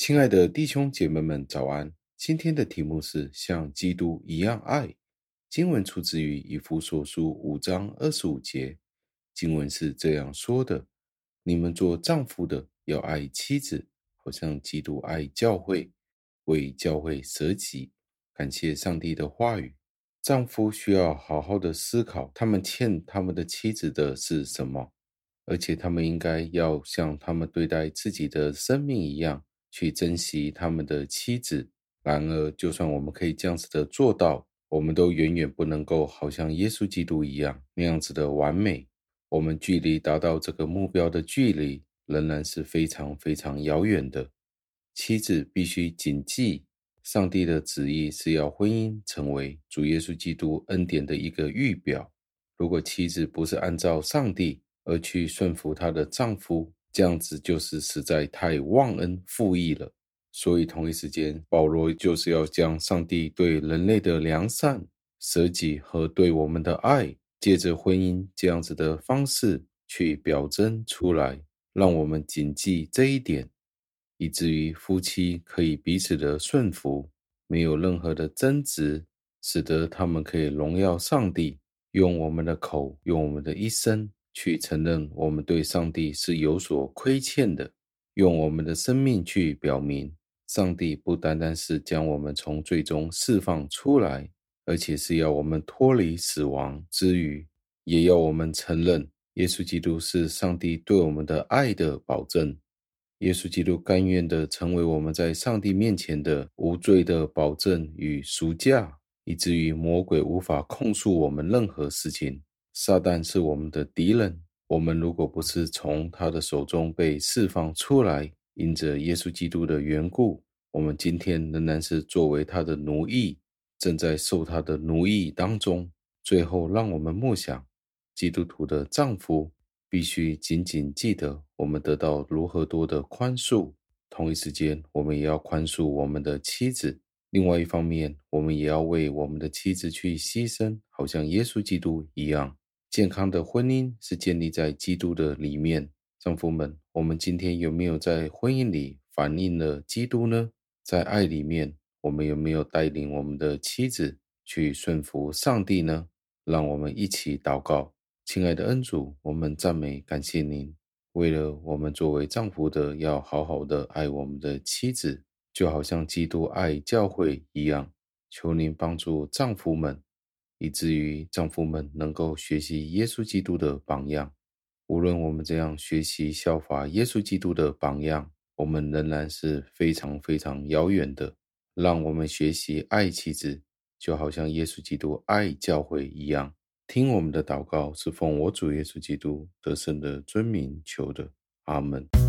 亲爱的弟兄姐妹们，早安！今天的题目是像基督一样爱。经文出自于以弗所书5章25节。经文是这样说的：你们做丈夫的要爱妻子，好像基督爱教会，为教会舍己。感谢上帝的话语。丈夫需要好好的思考，他们欠他们的妻子的是什么，而且他们应该要像他们对待自己的生命一样，去珍惜他们的妻子。然而，就算我们可以这样子的做到，我们都远远不能够好像耶稣基督一样那样子的完美。我们距离达到这个目标的距离，仍然是非常非常遥远的。妻子必须谨记，上帝的旨意是要婚姻成为主耶稣基督恩典的一个预表。如果妻子不是按照上帝而去顺服她的丈夫，这样子就是实在太忘恩负义了。所以同一时间，保罗就是要将上帝对人类的良善、舍己和对我们的爱，借着婚姻这样子的方式去表征出来，让我们谨记这一点，以至于夫妻可以彼此的顺服，没有任何的争执，使得他们可以荣耀上帝，用我们的口，用我们的一生去承认我们对上帝是有所亏欠的，用我们的生命去表明上帝不单单是将我们从罪中释放出来，而且是要我们脱离死亡之余，也要我们承认耶稣基督是上帝对我们的爱的保证。耶稣基督甘愿地成为我们在上帝面前的无罪的保证与赎价，以至于魔鬼无法控诉我们任何事情。撒旦是我们的敌人，我们如果不是从他的手中被释放出来，因着耶稣基督的缘故，我们今天仍然是作为他的奴役，正在受他的奴役当中。最后让我们默想，基督徒的丈夫必须紧紧记得我们得到如何多的宽恕，同一时间我们也要宽恕我们的妻子。另外一方面，我们也要为我们的妻子去牺牲，好像耶稣基督一样。健康的婚姻是建立在基督的里面。丈夫们，我们今天有没有在婚姻里反映了基督呢？在爱里面，我们有没有带领我们的妻子去顺服上帝呢？让我们一起祷告。亲爱的恩主，我们赞美感谢您，为了我们作为丈夫的要好好的爱我们的妻子，就好像基督爱教会一样。求您帮助丈夫们，以至于丈夫们能够学习耶稣基督的榜样。无论我们怎样学习效法耶稣基督的榜样，我们仍然是非常非常遥远的。让我们学习爱妻子，就好像耶稣基督爱教会一样。听我们的祷告是奉我主耶稣基督得胜的尊名求的，阿们。